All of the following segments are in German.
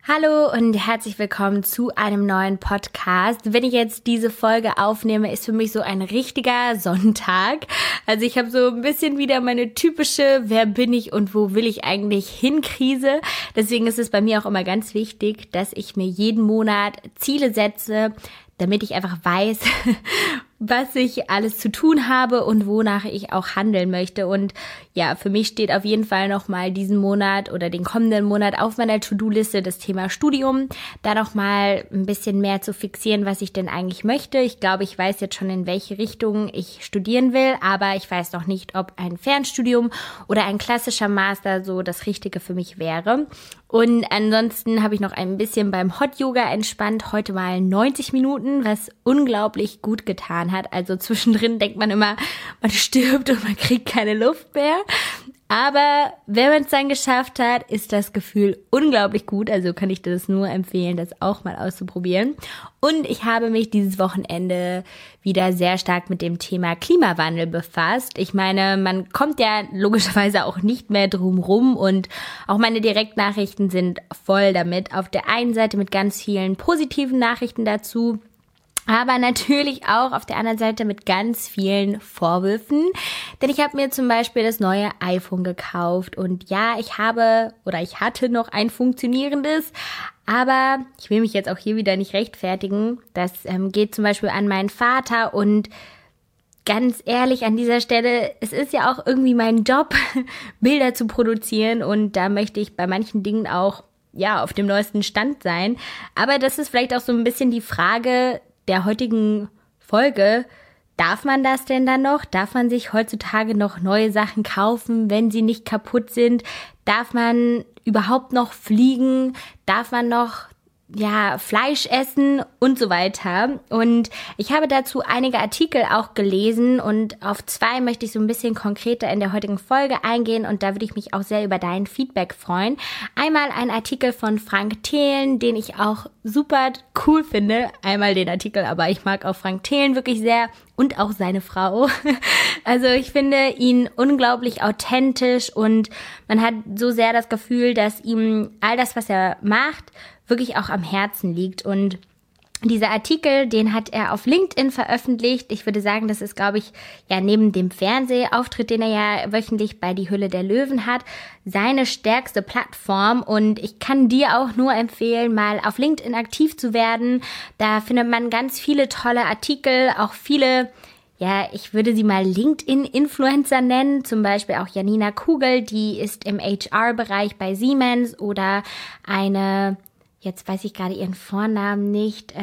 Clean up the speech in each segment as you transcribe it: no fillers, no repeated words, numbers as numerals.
Hallo und herzlich willkommen zu einem neuen Podcast. Wenn ich jetzt diese Folge aufnehme, ist für mich so ein richtiger Sonntag. Also ich habe so ein bisschen wieder meine typische Wer bin ich und wo will ich eigentlich hin Krise. Deswegen ist es bei mir auch immer ganz wichtig, dass ich mir jeden Monat Ziele setze, damit ich einfach weiß, was ich alles zu tun habe und wonach ich auch handeln möchte. Und ja, für mich steht auf jeden Fall nochmal diesen Monat oder den kommenden Monat auf meiner To-Do-Liste das Thema Studium. Da nochmal ein bisschen mehr zu fixieren, was ich denn eigentlich möchte. Ich glaube, ich weiß jetzt schon, in welche Richtung ich studieren will, aber ich weiß noch nicht, ob ein Fernstudium oder ein klassischer Master so das Richtige für mich wäre. Und ansonsten habe ich noch ein bisschen beim Hot Yoga entspannt, heute mal 90 Minuten, was unglaublich gut getan hat. Also zwischendrin denkt man immer, man stirbt und man kriegt keine Luft mehr. Aber wenn man es dann geschafft hat, ist das Gefühl unglaublich gut. Also kann ich das nur empfehlen, das auch mal auszuprobieren. Und ich habe mich dieses Wochenende wieder sehr stark mit dem Thema Klimawandel befasst. Ich meine, man kommt ja logischerweise auch nicht mehr drum rum und auch meine Direktnachrichten sind voll damit. Auf der einen Seite mit ganz vielen positiven Nachrichten dazu, aber natürlich auch auf der anderen Seite mit ganz vielen Vorwürfen. Denn ich habe mir zum Beispiel das neue iPhone gekauft und ja, ich hatte noch ein funktionierendes, aber ich will mich jetzt auch hier wieder nicht rechtfertigen. Das geht zum Beispiel an meinen Vater und ganz ehrlich an dieser Stelle, es ist ja auch irgendwie mein Job, Bilder zu produzieren und da möchte ich bei manchen Dingen auch auf dem neuesten Stand sein. Aber das ist vielleicht auch so ein bisschen die Frage der heutigen Folge. Darf man das denn dann noch? Darf man sich heutzutage noch neue Sachen kaufen, wenn sie nicht kaputt sind? Darf man überhaupt noch fliegen? Darf man noch Fleisch essen und so weiter? Und ich habe dazu einige Artikel auch gelesen und auf 2 möchte ich so ein bisschen konkreter in der heutigen Folge eingehen und da würde ich mich auch sehr über dein Feedback freuen. Einmal ein Artikel von Frank Thelen, den ich auch super cool finde. Einmal den Artikel, aber ich mag auch Frank Thelen wirklich sehr und auch seine Frau. Also ich finde ihn unglaublich authentisch und man hat so sehr das Gefühl, dass ihm all das, was er macht, wirklich auch am Herzen liegt. Und dieser Artikel, den hat er auf LinkedIn veröffentlicht. Ich würde sagen, das ist, glaube ich, neben dem Fernsehauftritt, den er ja wöchentlich bei Die Hülle der Löwen hat, seine stärkste Plattform. Und ich kann dir auch nur empfehlen, mal auf LinkedIn aktiv zu werden. Da findet man ganz viele tolle Artikel, auch viele, ich würde sie mal LinkedIn-Influencer nennen, zum Beispiel auch Janina Kugel, die ist im HR-Bereich bei Siemens, oder eine, jetzt weiß ich gerade ihren Vornamen nicht,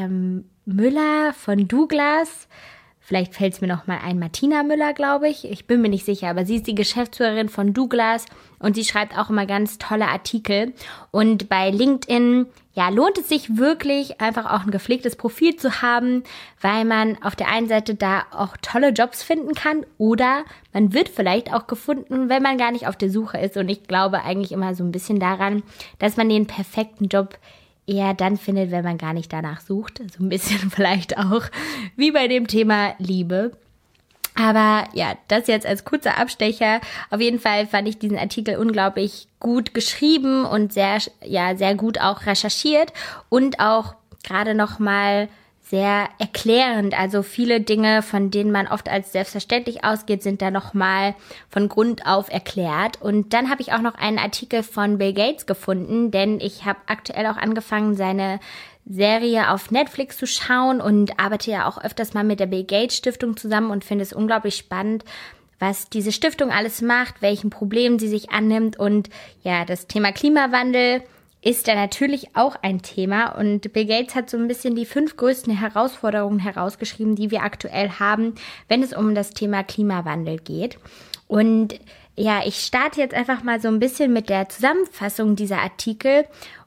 Müller von Douglas. Vielleicht fällt es mir noch mal ein, Martina Müller, glaube ich. Ich bin mir nicht sicher, aber sie ist die Geschäftsführerin von Douglas und sie schreibt auch immer ganz tolle Artikel. Und bei LinkedIn, lohnt es sich wirklich, einfach auch ein gepflegtes Profil zu haben, weil man auf der einen Seite da auch tolle Jobs finden kann oder man wird vielleicht auch gefunden, wenn man gar nicht auf der Suche ist. Und ich glaube eigentlich immer so ein bisschen daran, dass man den perfekten Job eher dann findet, wenn man gar nicht danach sucht. So ein bisschen vielleicht auch wie bei dem Thema Liebe. Aber das jetzt als kurzer Abstecher. Auf jeden Fall fand ich diesen Artikel unglaublich gut geschrieben und sehr gut auch recherchiert und auch gerade nochmal sehr erklärend. Also viele Dinge, von denen man oft als selbstverständlich ausgeht, sind da nochmal von Grund auf erklärt. Und dann habe ich auch noch einen Artikel von Bill Gates gefunden, denn ich habe aktuell auch angefangen, seine Serie auf Netflix zu schauen und arbeite ja auch öfters mal mit der Bill Gates Stiftung zusammen und finde es unglaublich spannend, was diese Stiftung alles macht, welchen Problemen sie sich annimmt. Und das Thema Klimawandel ist da natürlich auch ein Thema. Und Bill Gates hat so ein bisschen die 5 größten Herausforderungen herausgeschrieben, die wir aktuell haben, wenn es um das Thema Klimawandel geht. Und ich starte jetzt einfach mal so ein bisschen mit der Zusammenfassung dieser Artikel,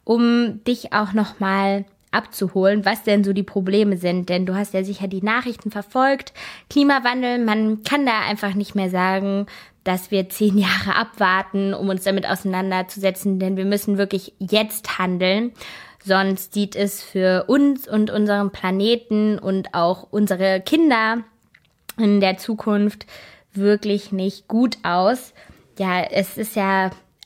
um dich auch nochmal abzuholen, was denn so die Probleme sind. Denn du hast ja sicher die Nachrichten verfolgt. Klimawandel, man kann da einfach nicht mehr sagen, dass wir 10 Jahre abwarten, um uns damit auseinanderzusetzen, denn wir müssen wirklich jetzt handeln. Sonst sieht es für uns und unseren Planeten und auch unsere Kinder in der Zukunft wirklich nicht gut aus. Es ist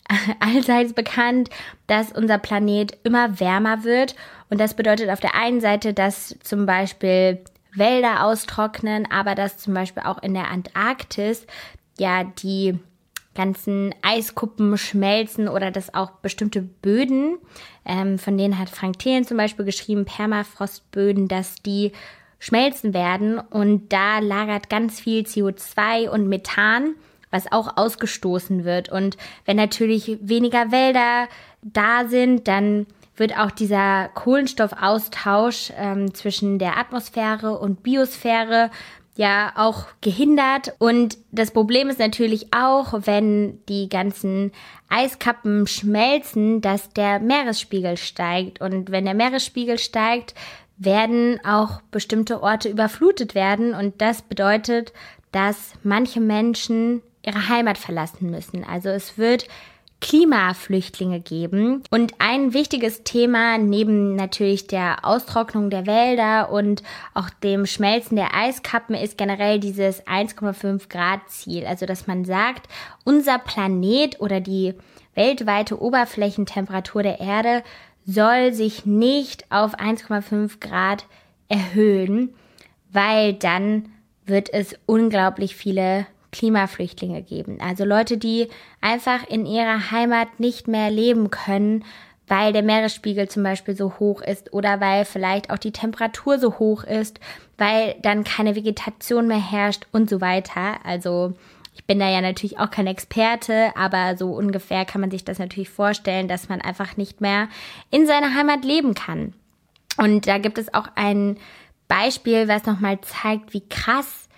allseits bekannt, dass unser Planet immer wärmer wird. Und das bedeutet auf der einen Seite, dass zum Beispiel Wälder austrocknen, aber dass zum Beispiel auch in der Antarktis ja die ganzen Eiskuppen schmelzen oder dass auch bestimmte Böden, von denen hat Frank Thelen zum Beispiel geschrieben, Permafrostböden, dass die schmelzen werden und da lagert ganz viel CO2 und Methan, was auch ausgestoßen wird. Und wenn natürlich weniger Wälder da sind, dann wird auch dieser Kohlenstoffaustausch zwischen der Atmosphäre und Biosphäre ja auch gehindert. Und das Problem ist natürlich auch, wenn die ganzen Eiskappen schmelzen, dass der Meeresspiegel steigt. Und wenn der Meeresspiegel steigt, werden auch bestimmte Orte überflutet werden. Und das bedeutet, dass manche Menschen ihre Heimat verlassen müssen. Also es wird Klimaflüchtlinge geben. Und ein wichtiges Thema neben natürlich der Austrocknung der Wälder und auch dem Schmelzen der Eiskappen ist generell dieses 1,5 Grad Ziel. Also dass man sagt, unser Planet oder die weltweite Oberflächentemperatur der Erde soll sich nicht auf 1,5 Grad erhöhen, weil dann wird es unglaublich viele Klimaflüchtlinge geben. Also Leute, die einfach in ihrer Heimat nicht mehr leben können, weil der Meeresspiegel zum Beispiel so hoch ist oder weil vielleicht auch die Temperatur so hoch ist, weil dann keine Vegetation mehr herrscht und so weiter. Also ich bin da ja natürlich auch kein Experte, aber so ungefähr kann man sich das natürlich vorstellen, dass man einfach nicht mehr in seiner Heimat leben kann. Und da gibt es auch ein Beispiel, was nochmal zeigt, wie krass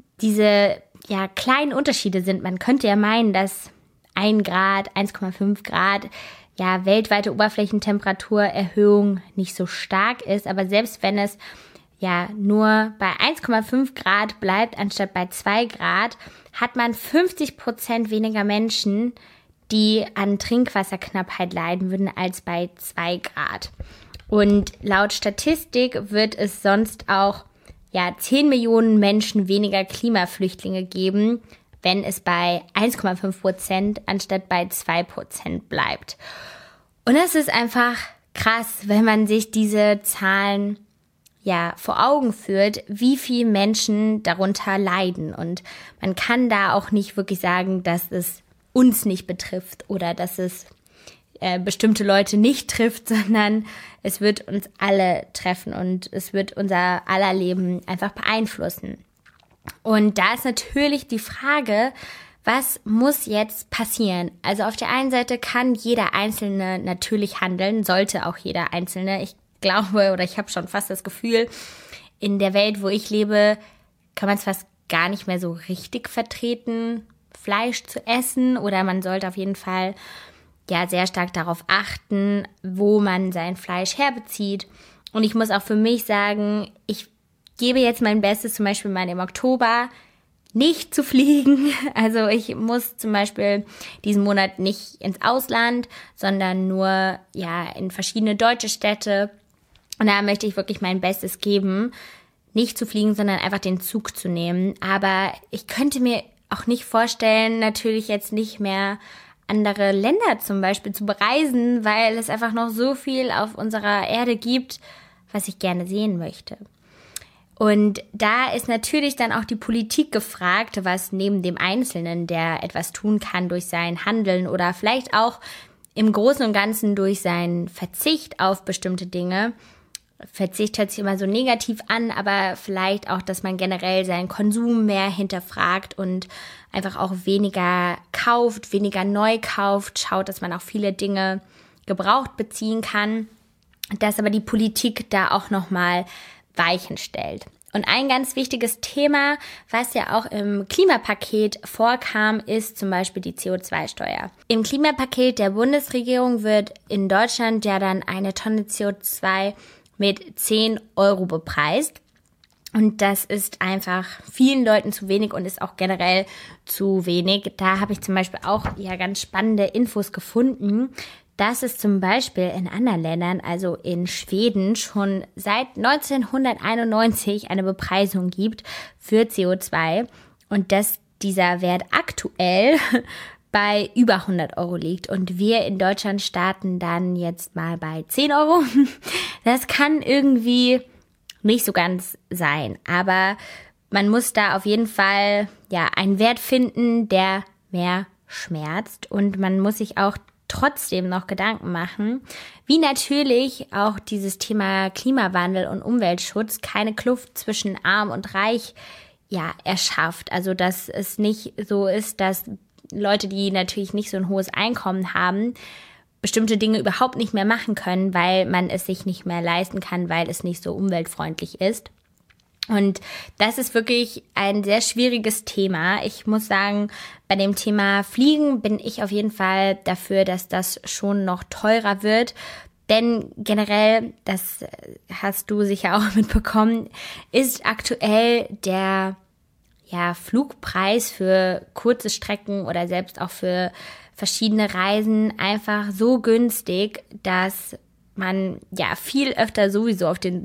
diese kleinen Unterschiede sind. Man könnte ja meinen, dass 1 Grad, 1,5 Grad, weltweite Oberflächentemperaturerhöhung nicht so stark ist. Aber selbst wenn es nur bei 1,5 Grad bleibt, anstatt bei 2 Grad, hat man 50% weniger Menschen, die an Trinkwasserknappheit leiden würden, als bei 2 Grad. Und laut Statistik wird es sonst auch 10 Millionen Menschen weniger Klimaflüchtlinge geben, wenn es bei 1,5% anstatt bei 2% bleibt. Und das ist einfach krass, wenn man sich diese Zahlen vor Augen führt, wie viele Menschen darunter leiden. Und man kann da auch nicht wirklich sagen, dass es uns nicht betrifft oder dass es bestimmte Leute nicht trifft, sondern es wird uns alle treffen und es wird unser aller Leben einfach beeinflussen. Und da ist natürlich die Frage, was muss jetzt passieren? Also auf der einen Seite kann jeder Einzelne natürlich handeln, sollte auch jeder Einzelne. Ich glaube oder ich habe schon fast das Gefühl, in der Welt, wo ich lebe, kann man es fast gar nicht mehr so richtig vertreten, Fleisch zu essen, oder man sollte auf jeden Fall sehr stark darauf achten, wo man sein Fleisch herbezieht. Und ich muss auch für mich sagen, ich gebe jetzt mein Bestes, zum Beispiel mal im Oktober nicht zu fliegen. Also ich muss zum Beispiel diesen Monat nicht ins Ausland, sondern nur in verschiedene deutsche Städte. Und da möchte ich wirklich mein Bestes geben, nicht zu fliegen, sondern einfach den Zug zu nehmen. Aber ich könnte mir auch nicht vorstellen, natürlich jetzt nicht mehr andere Länder zum Beispiel zu bereisen, weil es einfach noch so viel auf unserer Erde gibt, was ich gerne sehen möchte. Und da ist natürlich dann auch die Politik gefragt, was neben dem Einzelnen, der etwas tun kann durch sein Handeln oder vielleicht auch im Großen und Ganzen durch seinen Verzicht auf bestimmte Dinge. Verzicht hört sich immer so negativ an, aber vielleicht auch, dass man generell seinen Konsum mehr hinterfragt und einfach auch weniger kauft, weniger neu kauft, schaut, dass man auch viele Dinge gebraucht beziehen kann, dass aber die Politik da auch nochmal Weichen stellt. Und ein ganz wichtiges Thema, was ja auch im Klimapaket vorkam, ist zum Beispiel die CO2-Steuer. Im Klimapaket der Bundesregierung wird in Deutschland dann eine Tonne CO2 mit 10 Euro bepreist. Und das ist einfach vielen Leuten zu wenig und ist auch generell zu wenig. Da habe ich zum Beispiel auch ganz spannende Infos gefunden, dass es zum Beispiel in anderen Ländern, also in Schweden, schon seit 1991 eine Bepreisung gibt für CO2 und dass dieser Wert aktuell bei über 100 Euro liegt und wir in Deutschland starten dann jetzt mal bei 10 Euro. Das kann irgendwie nicht so ganz sein, aber man muss da auf jeden Fall einen Wert finden, der mehr schmerzt, und man muss sich auch trotzdem noch Gedanken machen, wie natürlich auch dieses Thema Klimawandel und Umweltschutz keine Kluft zwischen Arm und Reich erschafft. Also dass es nicht so ist, dass Leute, die natürlich nicht so ein hohes Einkommen haben, bestimmte Dinge überhaupt nicht mehr machen können, weil man es sich nicht mehr leisten kann, weil es nicht so umweltfreundlich ist. Und das ist wirklich ein sehr schwieriges Thema. Ich muss sagen, bei dem Thema Fliegen bin ich auf jeden Fall dafür, dass das schon noch teurer wird. Denn generell, das hast du sicher auch mitbekommen, ist aktuell der Flugpreis für kurze Strecken oder selbst auch für verschiedene Reisen einfach so günstig, dass man viel öfter sowieso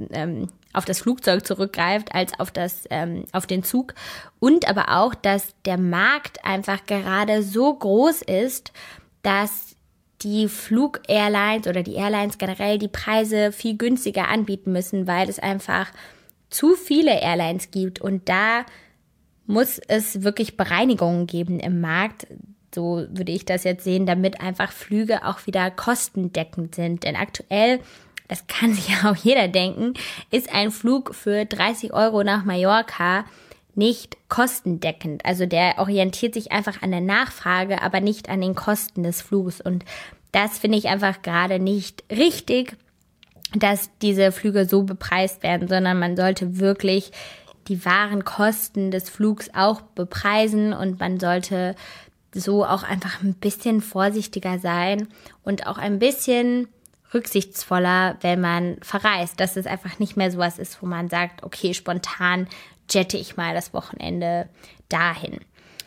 auf das Flugzeug zurückgreift als auf den Zug, und aber auch, dass der Markt einfach gerade so groß ist, dass die Flug-Airlines oder die Airlines generell die Preise viel günstiger anbieten müssen, weil es einfach zu viele Airlines gibt, und da muss es wirklich Bereinigungen geben im Markt. So würde ich das jetzt sehen, damit einfach Flüge auch wieder kostendeckend sind. Denn aktuell, das kann sich ja auch jeder denken, ist ein Flug für 30 Euro nach Mallorca nicht kostendeckend. Also der orientiert sich einfach an der Nachfrage, aber nicht an den Kosten des Fluges. Und das finde ich einfach gerade nicht richtig, dass diese Flüge so bepreist werden, sondern man sollte wirklich die wahren Kosten des Flugs auch bepreisen, und man sollte so auch einfach ein bisschen vorsichtiger sein und auch ein bisschen rücksichtsvoller, wenn man verreist, dass es einfach nicht mehr sowas ist, wo man sagt, okay, spontan jette ich mal das Wochenende dahin.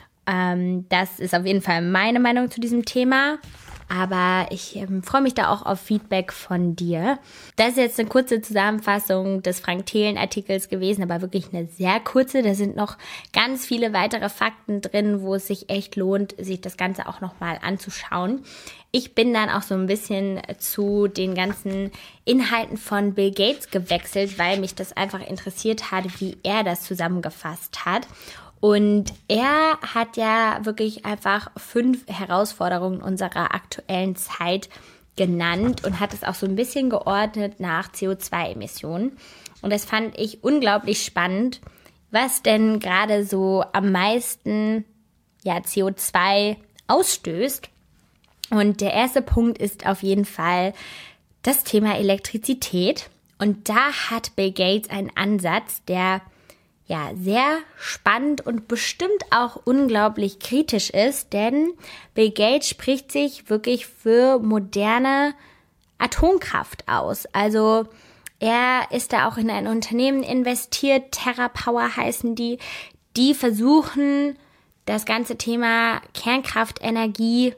Das ist auf jeden Fall meine Meinung zu diesem Thema. Aber ich freue mich da auch auf Feedback von dir. Das ist jetzt eine kurze Zusammenfassung des Frank-Thelen-Artikels gewesen, aber wirklich eine sehr kurze. Da sind noch ganz viele weitere Fakten drin, wo es sich echt lohnt, sich das Ganze auch nochmal anzuschauen. Ich bin dann auch so ein bisschen zu den ganzen Inhalten von Bill Gates gewechselt, weil mich das einfach interessiert hat, wie er das zusammengefasst hat. Und er hat ja wirklich einfach 5 Herausforderungen unserer aktuellen Zeit genannt und hat es auch so ein bisschen geordnet nach CO2-Emissionen. Und das fand ich unglaublich spannend, was denn gerade so am meisten CO2 ausstößt. Und der erste Punkt ist auf jeden Fall das Thema Elektrizität. Und da hat Bill Gates einen Ansatz, der sehr spannend und bestimmt auch unglaublich kritisch ist, denn Bill Gates spricht sich wirklich für moderne Atomkraft aus. Also er ist da auch in ein Unternehmen investiert, TerraPower heißen die versuchen, das ganze Thema Kernkraftenergie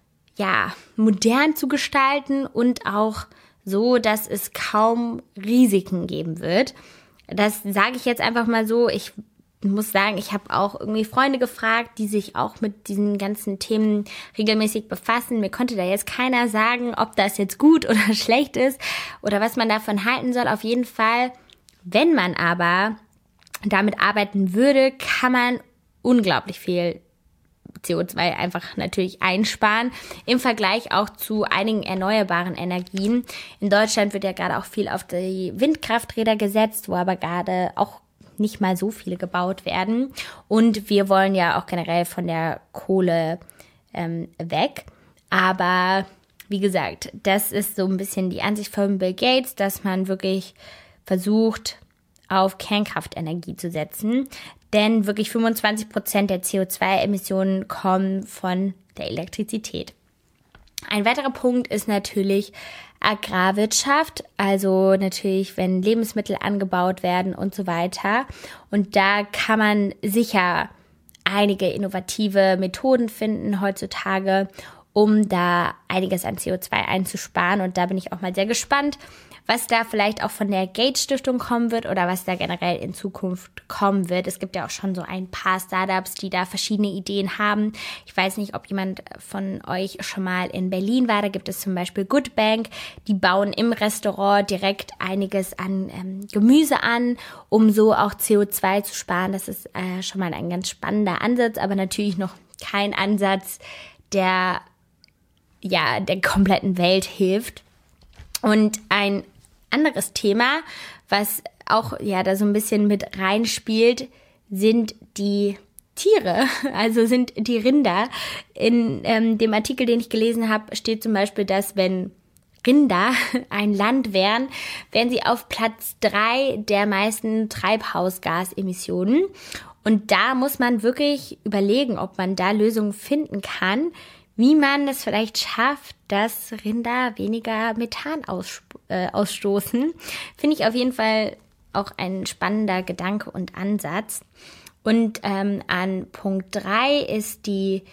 modern zu gestalten und auch so, dass es kaum Risiken geben wird. Das sage ich jetzt einfach mal so. Ich muss sagen, ich habe auch irgendwie Freunde gefragt, die sich auch mit diesen ganzen Themen regelmäßig befassen. Mir konnte da jetzt keiner sagen, ob das jetzt gut oder schlecht ist oder was man davon halten soll. Auf jeden Fall, wenn man aber damit arbeiten würde, kann man unglaublich viel CO2 einfach natürlich einsparen, im Vergleich auch zu einigen erneuerbaren Energien. In Deutschland wird ja gerade auch viel auf die Windkrafträder gesetzt, wo aber gerade auch nicht mal so viele gebaut werden. Und wir wollen ja auch generell von der Kohle weg. Aber wie gesagt, das ist so ein bisschen die Ansicht von Bill Gates, dass man wirklich versucht, auf Kernkraftenergie zu setzen. Denn wirklich 25% der CO2-Emissionen kommen von der Elektrizität. Ein weiterer Punkt ist natürlich Agrarwirtschaft, also natürlich, wenn Lebensmittel angebaut werden und so weiter. Und da kann man sicher einige innovative Methoden finden heutzutage, um da einiges an CO2 einzusparen. Und da bin ich auch mal sehr gespannt, was da vielleicht auch von der Gates-Stiftung kommen wird oder was da generell in Zukunft kommen wird. Es gibt ja auch schon so ein paar Startups, die da verschiedene Ideen haben. Ich weiß nicht, ob jemand von euch schon mal in Berlin war. Da gibt es zum Beispiel Good Bank. Die bauen im Restaurant direkt einiges an Gemüse an, um so auch CO2 zu sparen. Das ist schon mal ein ganz spannender Ansatz, aber natürlich noch kein Ansatz, der der kompletten Welt hilft. Und ein anderes Thema, was auch da so ein bisschen mit reinspielt, sind die Tiere, also sind die Rinder. In dem Artikel, den ich gelesen habe, steht zum Beispiel, dass wenn Rinder ein Land wären sie auf Platz 3 der meisten Treibhausgasemissionen. Und da muss man wirklich überlegen, ob man da Lösungen finden kann, wie man es vielleicht schafft, dass Rinder weniger Methan ausstoßen. Finde ich auf jeden Fall auch ein spannender Gedanke und Ansatz. Und an Punkt 3 ist die,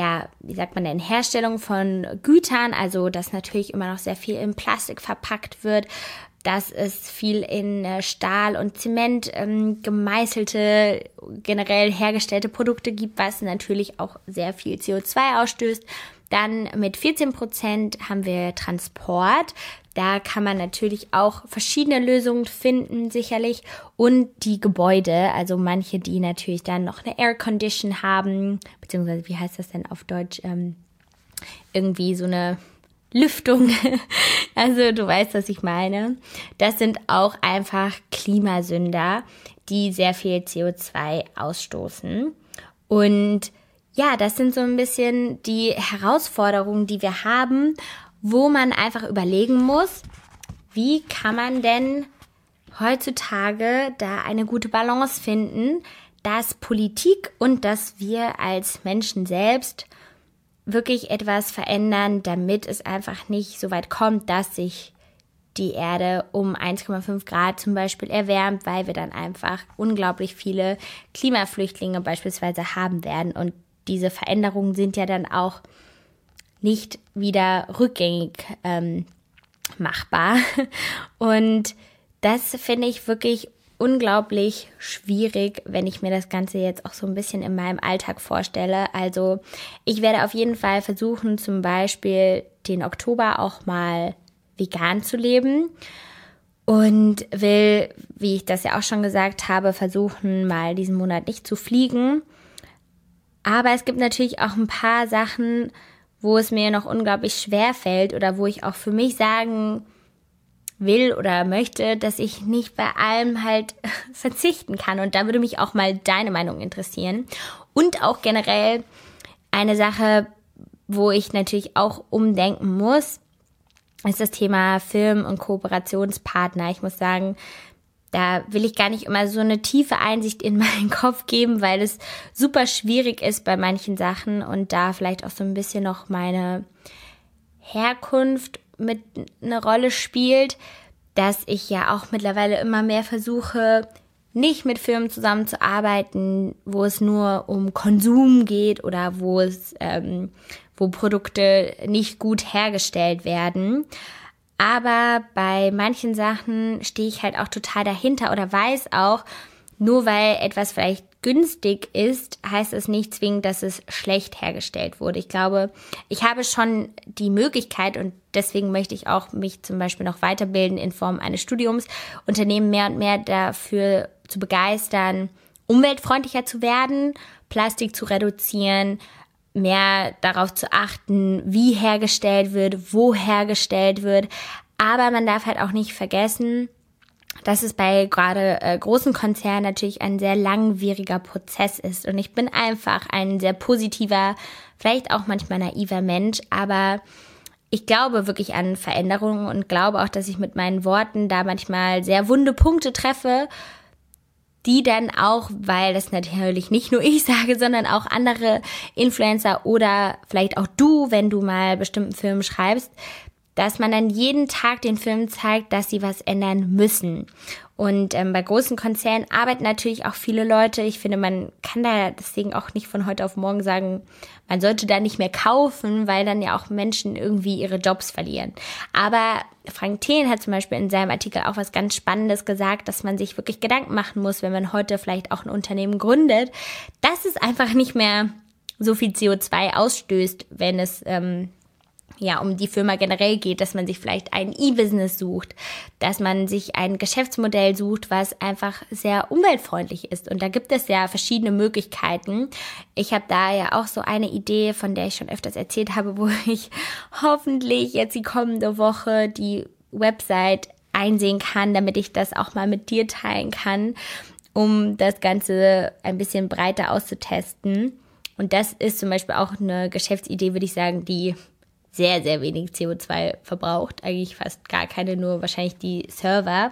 Herstellung von Gütern, also dass natürlich immer noch sehr viel in Plastik verpackt wird, dass es viel in Stahl und Zement gemeißelte, generell hergestellte Produkte gibt, was natürlich auch sehr viel CO2 ausstößt. Dann mit 14% haben wir Transport. Da kann man natürlich auch verschiedene Lösungen finden, sicherlich. Und die Gebäude, also manche, die natürlich dann noch eine Air Condition haben, beziehungsweise wie heißt das denn auf Deutsch? Irgendwie so eine Lüftung. Also du weißt, was ich meine. Das sind auch einfach Klimasünder, die sehr viel CO2 ausstoßen. Und das sind so ein bisschen die Herausforderungen, die wir haben, wo man einfach überlegen muss, wie kann man denn heutzutage da eine gute Balance finden, dass Politik und dass wir als Menschen selbst wirklich etwas verändern, damit es einfach nicht so weit kommt, dass sich die Erde um 1,5 Grad zum Beispiel erwärmt, weil wir dann einfach unglaublich viele Klimaflüchtlinge beispielsweise haben werden. Und diese Veränderungen sind ja dann auch nicht wieder rückgängig machbar. Und das finde ich wirklich unglaublich schwierig, wenn ich mir das Ganze jetzt auch so ein bisschen in meinem Alltag vorstelle. Also ich werde auf jeden Fall versuchen, zum Beispiel den Oktober auch mal vegan zu leben und will, wie ich das ja auch schon gesagt habe, versuchen, mal diesen Monat nicht zu fliegen. Aber es gibt natürlich auch ein paar Sachen, wo es mir noch unglaublich schwer fällt oder wo ich auch für mich sagen will oder möchte, dass ich nicht bei allem halt verzichten kann. Und da würde mich auch mal deine Meinung interessieren. Und auch generell eine Sache, wo ich natürlich auch umdenken muss, ist das Thema Film- und Kooperationspartner. Ich muss sagen, da will ich gar nicht immer so eine tiefe Einsicht in meinen Kopf geben, weil es super schwierig ist bei manchen Sachen und da vielleicht auch so ein bisschen noch meine Herkunft mit eine Rolle spielt, dass ich ja auch mittlerweile immer mehr versuche, nicht mit Firmen zusammenzuarbeiten, wo es nur um Konsum geht oder wo Produkte nicht gut hergestellt werden. Aber bei manchen Sachen stehe ich halt auch total dahinter oder weiß auch, nur weil etwas vielleicht günstig ist, heißt es nicht zwingend, dass es schlecht hergestellt wurde. Ich glaube, ich habe schon die Möglichkeit und deswegen möchte ich auch mich zum Beispiel noch weiterbilden in Form eines Studiums, Unternehmen mehr und mehr dafür zu begeistern, umweltfreundlicher zu werden, Plastik zu reduzieren, mehr darauf zu achten, wie hergestellt wird, wo hergestellt wird. Aber man darf halt auch nicht vergessen, dass es bei gerade großen Konzernen natürlich ein sehr langwieriger Prozess ist. Und ich bin einfach ein sehr positiver, vielleicht auch manchmal naiver Mensch, aber ich glaube wirklich an Veränderungen und glaube auch, dass ich mit meinen Worten da manchmal sehr wunde Punkte treffe, die dann auch, weil das natürlich nicht nur ich sage, sondern auch andere Influencer oder vielleicht auch du, wenn du mal bestimmten Filmen schreibst, dass man dann jeden Tag den Firmen zeigt, dass sie was ändern müssen. Und bei großen Konzernen arbeiten natürlich auch viele Leute. Ich finde, man kann da deswegen auch nicht von heute auf morgen sagen, man sollte da nicht mehr kaufen, weil dann ja auch Menschen irgendwie ihre Jobs verlieren. Aber Frank Thelen hat zum Beispiel in seinem Artikel auch was ganz Spannendes gesagt, dass man sich wirklich Gedanken machen muss, wenn man heute vielleicht auch ein Unternehmen gründet, dass es einfach nicht mehr so viel CO2 ausstößt, wenn es um die Firma generell geht, dass man sich vielleicht ein E-Business sucht, dass man sich ein Geschäftsmodell sucht, was einfach sehr umweltfreundlich ist. Und da gibt es ja verschiedene Möglichkeiten. Ich habe da ja auch so eine Idee, von der ich schon öfters erzählt habe, wo ich hoffentlich jetzt die kommende Woche die Website einsehen kann, damit ich das auch mal mit dir teilen kann, um das Ganze ein bisschen breiter auszutesten. Und das ist zum Beispiel auch eine Geschäftsidee, würde ich sagen, die sehr, sehr wenig CO2 verbraucht. Eigentlich fast gar keine, nur wahrscheinlich die Server.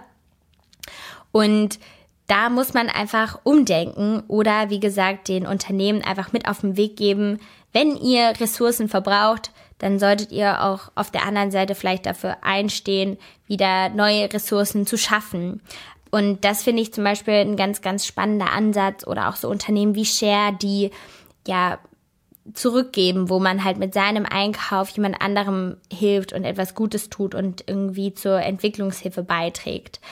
Und da muss man einfach umdenken oder, wie gesagt, den Unternehmen einfach mit auf den Weg geben, wenn ihr Ressourcen verbraucht, dann solltet ihr auch auf der anderen Seite vielleicht dafür einstehen, wieder neue Ressourcen zu schaffen. Und das finde ich zum Beispiel ein ganz, ganz spannender Ansatz oder auch so Unternehmen wie Share, die ja zurückgeben, wo man halt mit seinem Einkauf jemand anderem hilft und etwas Gutes tut und irgendwie zur Entwicklungshilfe beiträgt.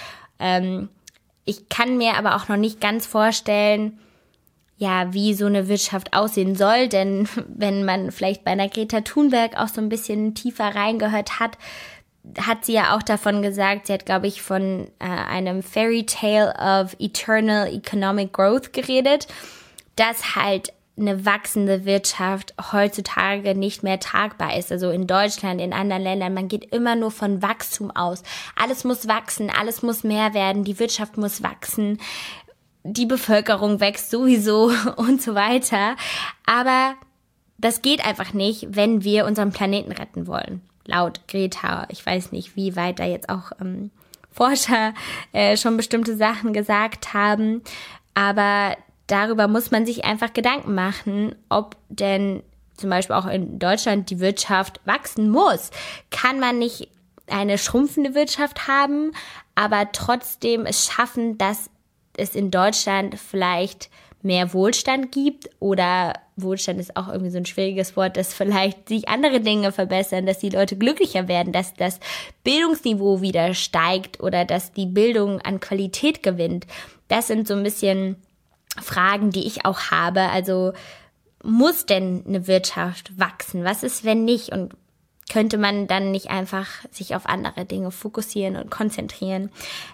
Ich kann mir aber auch noch nicht ganz vorstellen, ja, wie so eine Wirtschaft aussehen soll, denn wenn man vielleicht bei einer Greta Thunberg auch so ein bisschen tiefer reingehört hat, hat sie ja auch davon gesagt, sie hat, glaube ich, von einem Fairy Tale of Eternal Economic Growth geredet, dass halt eine wachsende Wirtschaft heutzutage nicht mehr tragbar ist. Also in Deutschland, in anderen Ländern, man geht immer nur von Wachstum aus. Alles muss wachsen, alles muss mehr werden, die Wirtschaft muss wachsen, die Bevölkerung wächst sowieso und so weiter. Aber das geht einfach nicht, wenn wir unseren Planeten retten wollen. Laut Greta, ich weiß nicht, wie weit da jetzt auch Forscher schon bestimmte Sachen gesagt haben, aber darüber muss man sich einfach Gedanken machen, ob denn zum Beispiel auch in Deutschland die Wirtschaft wachsen muss. Kann man nicht eine schrumpfende Wirtschaft haben, aber trotzdem es schaffen, dass es in Deutschland vielleicht mehr Wohlstand gibt, oder Wohlstand ist auch irgendwie so ein schwieriges Wort, dass vielleicht sich andere Dinge verbessern, dass die Leute glücklicher werden, dass das Bildungsniveau wieder steigt oder dass die Bildung an Qualität gewinnt. Das sind so ein bisschen Fragen, die ich auch habe. Also muss denn eine Wirtschaft wachsen? Was ist, wenn nicht? Und könnte man dann nicht einfach sich auf andere Dinge fokussieren und konzentrieren?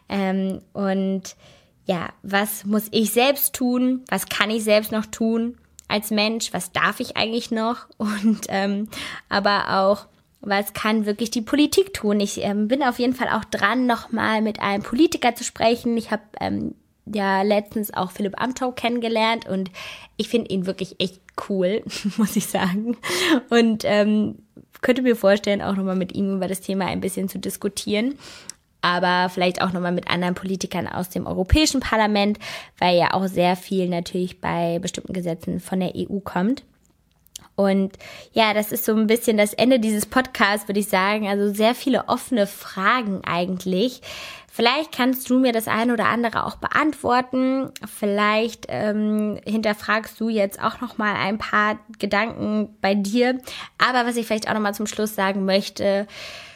Und ja, was muss ich selbst tun? Was kann ich selbst noch tun als Mensch? Was darf ich eigentlich noch? Und aber auch, was kann wirklich die Politik tun? Ich bin auf jeden Fall auch dran, nochmal mit einem Politiker zu sprechen. Ich habe letztens auch Philipp Amthor kennengelernt und ich finde ihn wirklich echt cool, muss ich sagen. Und könnte mir vorstellen, auch nochmal mit ihm über das Thema ein bisschen zu diskutieren. Aber vielleicht auch nochmal mit anderen Politikern aus dem Europäischen Parlament, weil ja auch sehr viel natürlich bei bestimmten Gesetzen von der EU kommt. Und ja, das ist so ein bisschen das Ende dieses Podcasts, würde ich sagen. Also sehr viele offene Fragen eigentlich. Vielleicht kannst du mir das eine oder andere auch beantworten. Vielleicht hinterfragst du jetzt auch nochmal ein paar Gedanken bei dir. Aber was ich vielleicht auch nochmal zum Schluss sagen möchte,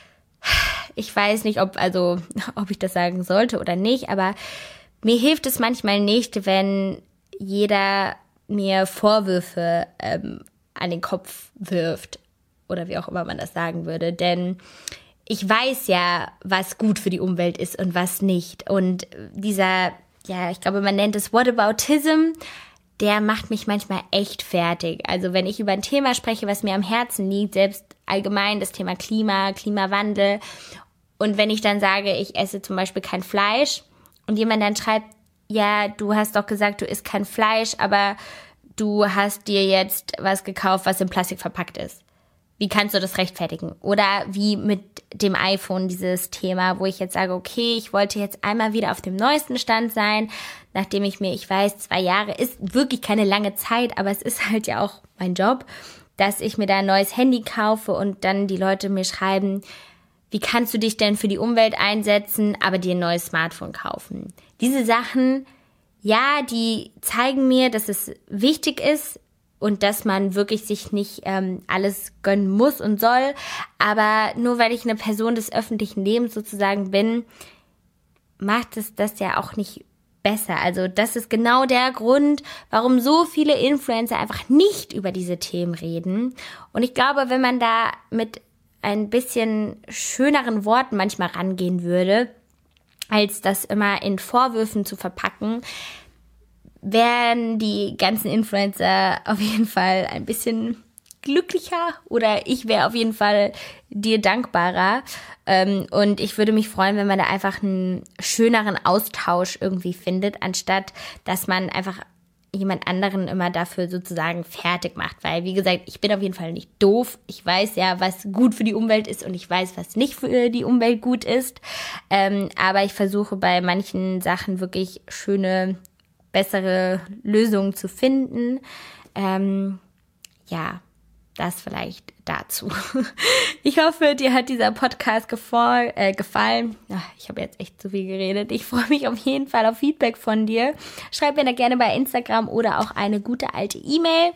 ich weiß nicht, ob ich das sagen sollte oder nicht, aber mir hilft es manchmal nicht, wenn jeder mir Vorwürfe an den Kopf wirft oder wie auch immer man das sagen würde, denn ich weiß ja, was gut für die Umwelt ist und was nicht. Und dieser, ich glaube, man nennt es Whataboutism, der macht mich manchmal echt fertig. Also wenn ich über ein Thema spreche, was mir am Herzen liegt, selbst allgemein das Thema Klimawandel, und wenn ich dann sage, ich esse zum Beispiel kein Fleisch und jemand dann schreibt, ja, du hast doch gesagt, du isst kein Fleisch, aber du hast dir jetzt was gekauft, was in Plastik verpackt ist. Wie kannst du das rechtfertigen? Oder wie mit dem iPhone, dieses Thema, wo ich jetzt sage, okay, ich wollte jetzt einmal wieder auf dem neuesten Stand sein, nachdem ich weiß, 2 Jahre ist wirklich keine lange Zeit, aber es ist halt ja auch mein Job, dass ich mir da ein neues Handy kaufe und dann die Leute mir schreiben, wie kannst du dich denn für die Umwelt einsetzen, aber dir ein neues Smartphone kaufen? Diese Sachen, ja, die zeigen mir, dass es wichtig ist und dass man wirklich sich nicht alles gönnen muss und soll. Aber nur weil ich eine Person des öffentlichen Lebens sozusagen bin, macht es das ja auch nicht besser. Also das ist genau der Grund, warum so viele Influencer einfach nicht über diese Themen reden. Und ich glaube, wenn man da mit ein bisschen schöneren Worten manchmal rangehen würde, als das immer in Vorwürfen zu verpacken, wären die ganzen Influencer auf jeden Fall ein bisschen glücklicher oder ich wäre auf jeden Fall dir dankbarer. Und ich würde mich freuen, wenn man da einfach einen schöneren Austausch irgendwie findet, anstatt dass man einfach jemand anderen immer dafür sozusagen fertig macht. Weil, wie gesagt, ich bin auf jeden Fall nicht doof. Ich weiß ja, was gut für die Umwelt ist und ich weiß, was nicht für die Umwelt gut ist. Aber ich versuche bei manchen Sachen wirklich schöne, bessere Lösungen zu finden. Ja, das vielleicht dazu. Ich hoffe, dir hat dieser Podcast gefallen. Ich habe jetzt echt zu viel geredet. Ich freue mich auf jeden Fall auf Feedback von dir. Schreib mir da gerne bei Instagram oder auch eine gute alte E-Mail.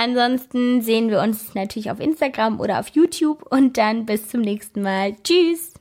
Ansonsten sehen wir uns natürlich auf Instagram oder auf YouTube und dann bis zum nächsten Mal. Tschüss!